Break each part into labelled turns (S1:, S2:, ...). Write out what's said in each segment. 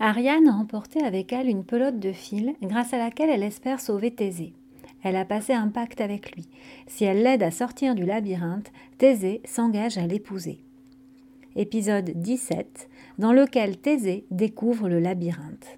S1: Ariane a emporté avec elle une pelote de fil grâce à laquelle elle espère sauver Thésée. Elle a passé un pacte avec lui. Si elle l'aide à sortir du labyrinthe, Thésée s'engage à l'épouser. Épisode 17, dans lequel Thésée découvre le labyrinthe.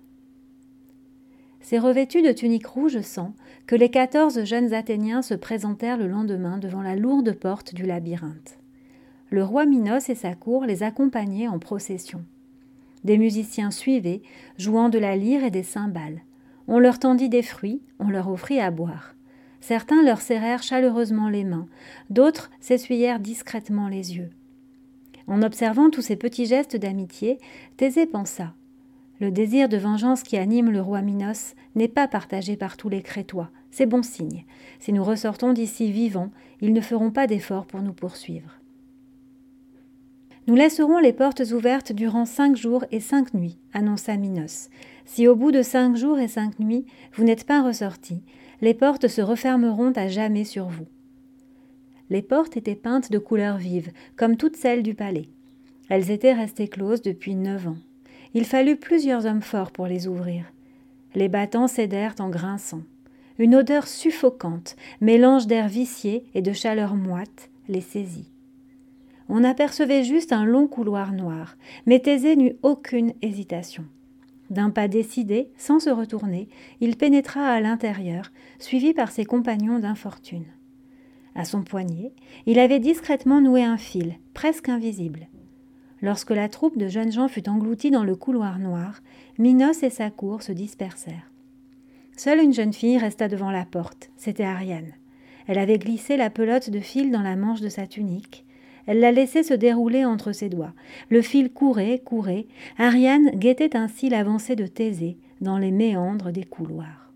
S1: C'est revêtu de tuniques rouge sang que les 14 jeunes Athéniens se présentèrent le lendemain devant la lourde porte du labyrinthe. Le roi Minos et sa cour les accompagnaient en procession. Des musiciens suivaient, jouant de la lyre et des cymbales. On leur tendit des fruits, on leur offrit à boire. Certains leur serrèrent chaleureusement les mains, d'autres s'essuyèrent discrètement les yeux. En observant tous ces petits gestes d'amitié, Thésée pensa « Le désir de vengeance qui anime le roi Minos n'est pas partagé par tous les Crétois, c'est bon signe. Si nous ressortons d'ici vivants, ils ne feront pas d'efforts pour nous poursuivre. » « Nous laisserons les portes ouvertes durant 5 jours et 5 nuits, annonça Minos. Si au bout de 5 jours et 5 nuits, vous n'êtes pas ressortis, les portes se refermeront à jamais sur vous. » Les portes étaient peintes de couleurs vives, comme toutes celles du palais. Elles étaient restées closes depuis 9 ans. Il fallut plusieurs hommes forts pour les ouvrir. Les battants cédèrent en grinçant. Une odeur suffocante, mélange d'air vicié et de chaleur moite, les saisit. On apercevait juste un long couloir noir, mais Thésée n'eut aucune hésitation. D'un pas décidé, sans se retourner, il pénétra à l'intérieur, suivi par ses compagnons d'infortune. À son poignet, il avait discrètement noué un fil, presque invisible. Lorsque la troupe de jeunes gens fut engloutie dans le couloir noir, Minos et sa cour se dispersèrent. Seule une jeune fille resta devant la porte, c'était Ariane. Elle avait glissé la pelote de fil dans la manche de sa tunique. Elle la laissait se dérouler entre ses doigts. Le fil courait. Ariane guettait ainsi l'avancée de Thésée dans les méandres des couloirs.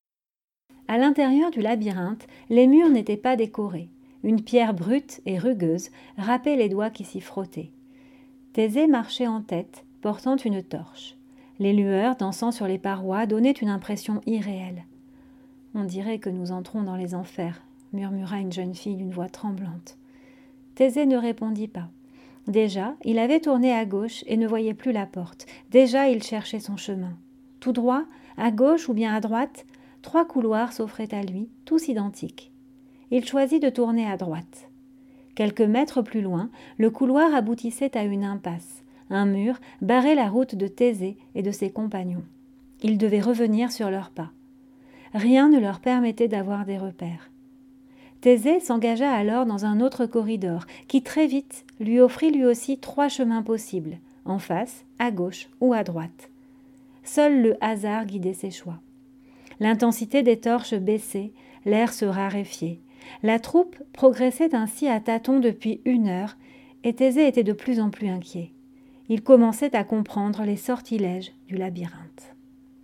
S1: À l'intérieur du labyrinthe, les murs n'étaient pas décorés. Une pierre brute et rugueuse râpait les doigts qui s'y frottaient. Thésée marchait en tête, portant une torche. Les lueurs dansant sur les parois donnaient une impression irréelle. « On dirait que nous entrons dans les enfers », murmura une jeune fille d'une voix tremblante. Thésée ne répondit pas. Déjà, il avait tourné à gauche et ne voyait plus la porte. Déjà, il cherchait son chemin. Tout droit, à gauche ou bien à droite, 3 couloirs s'offraient à lui, tous identiques. Il choisit de tourner à droite. Quelques mètres plus loin, le couloir aboutissait à une impasse. Un mur barrait la route de Thésée et de ses compagnons. Ils devaient revenir sur leurs pas. Rien ne leur permettait d'avoir des repères. Thésée s'engagea alors dans un autre corridor qui très vite lui offrit lui aussi 3 chemins possibles, en face, à gauche ou à droite. Seul le hasard guidait ses choix. L'intensité des torches baissait, l'air se raréfiait. La troupe progressait ainsi à tâtons depuis 1 heure et Thésée était de plus en plus inquiet. Il commençait à comprendre les sortilèges du labyrinthe.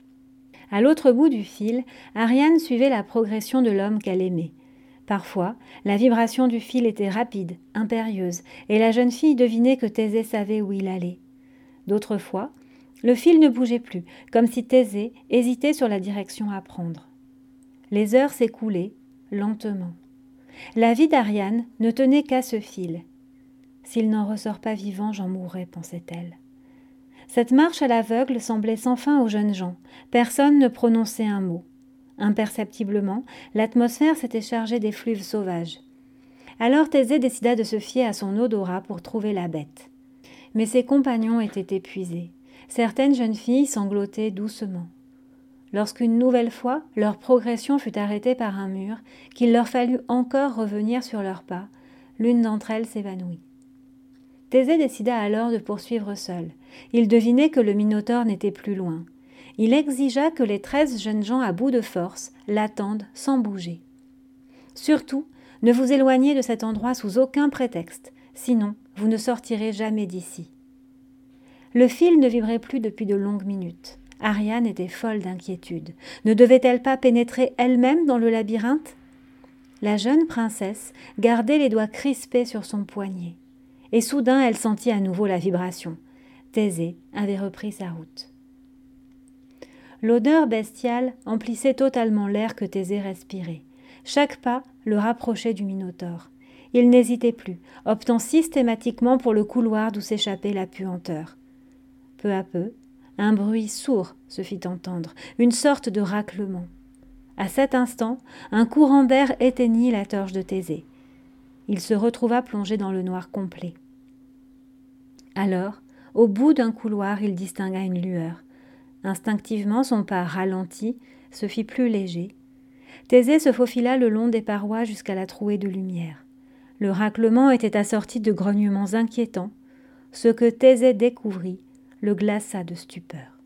S1: À l'autre bout du fil, Ariane suivait la progression de l'homme qu'elle aimait. Parfois, la vibration du fil était rapide, impérieuse, et la jeune fille devinait que Thésée savait où il allait. D'autres fois, le fil ne bougeait plus, comme si Thésée hésitait sur la direction à prendre. Les heures s'écoulaient, lentement. La vie d'Ariane ne tenait qu'à ce fil. « S'il n'en ressort pas vivant, j'en mourrai », pensait-elle. Cette marche à l'aveugle semblait sans fin aux jeunes gens. Personne ne prononçait un mot. Imperceptiblement, l'atmosphère s'était chargée d'effluves sauvages. Alors Thésée décida de se fier à son odorat pour trouver la bête. Mais ses compagnons étaient épuisés. Certaines jeunes filles sanglotaient doucement. Lorsqu'une nouvelle fois, leur progression fut arrêtée par un mur, qu'il leur fallut encore revenir sur leurs pas, l'une d'entre elles s'évanouit. Thésée décida alors de poursuivre seul. Il devinait que le Minotaure n'était plus loin. Il exigea que les 13 jeunes gens à bout de force l'attendent sans bouger. Surtout, ne vous éloignez de cet endroit sous aucun prétexte, sinon vous ne sortirez jamais d'ici. Le fil ne vibrait plus depuis de longues minutes. Ariane était folle d'inquiétude. Ne devait-elle pas pénétrer elle-même dans le labyrinthe ? La jeune princesse gardait les doigts crispés sur son poignet. Et soudain, elle sentit à nouveau la vibration. Thésée avait repris sa route. L'odeur bestiale emplissait totalement l'air que Thésée respirait. Chaque pas le rapprochait du Minotaure. Il n'hésitait plus, optant systématiquement pour le couloir d'où s'échappait la puanteur. Peu à peu, Un bruit sourd se fit entendre, une sorte de raclement. À cet instant, un courant d'air éteignit la torche de Thésée. Il se retrouva plongé dans le noir complet. Alors, au bout d'un couloir, il distingua une lueur. Instinctivement, son pas ralentit, se fit plus léger. Thésée se faufila le long des parois jusqu'à la trouée de lumière. Le raclement était assorti de grognements inquiétants. Ce que Thésée découvrit le glaça de stupeur.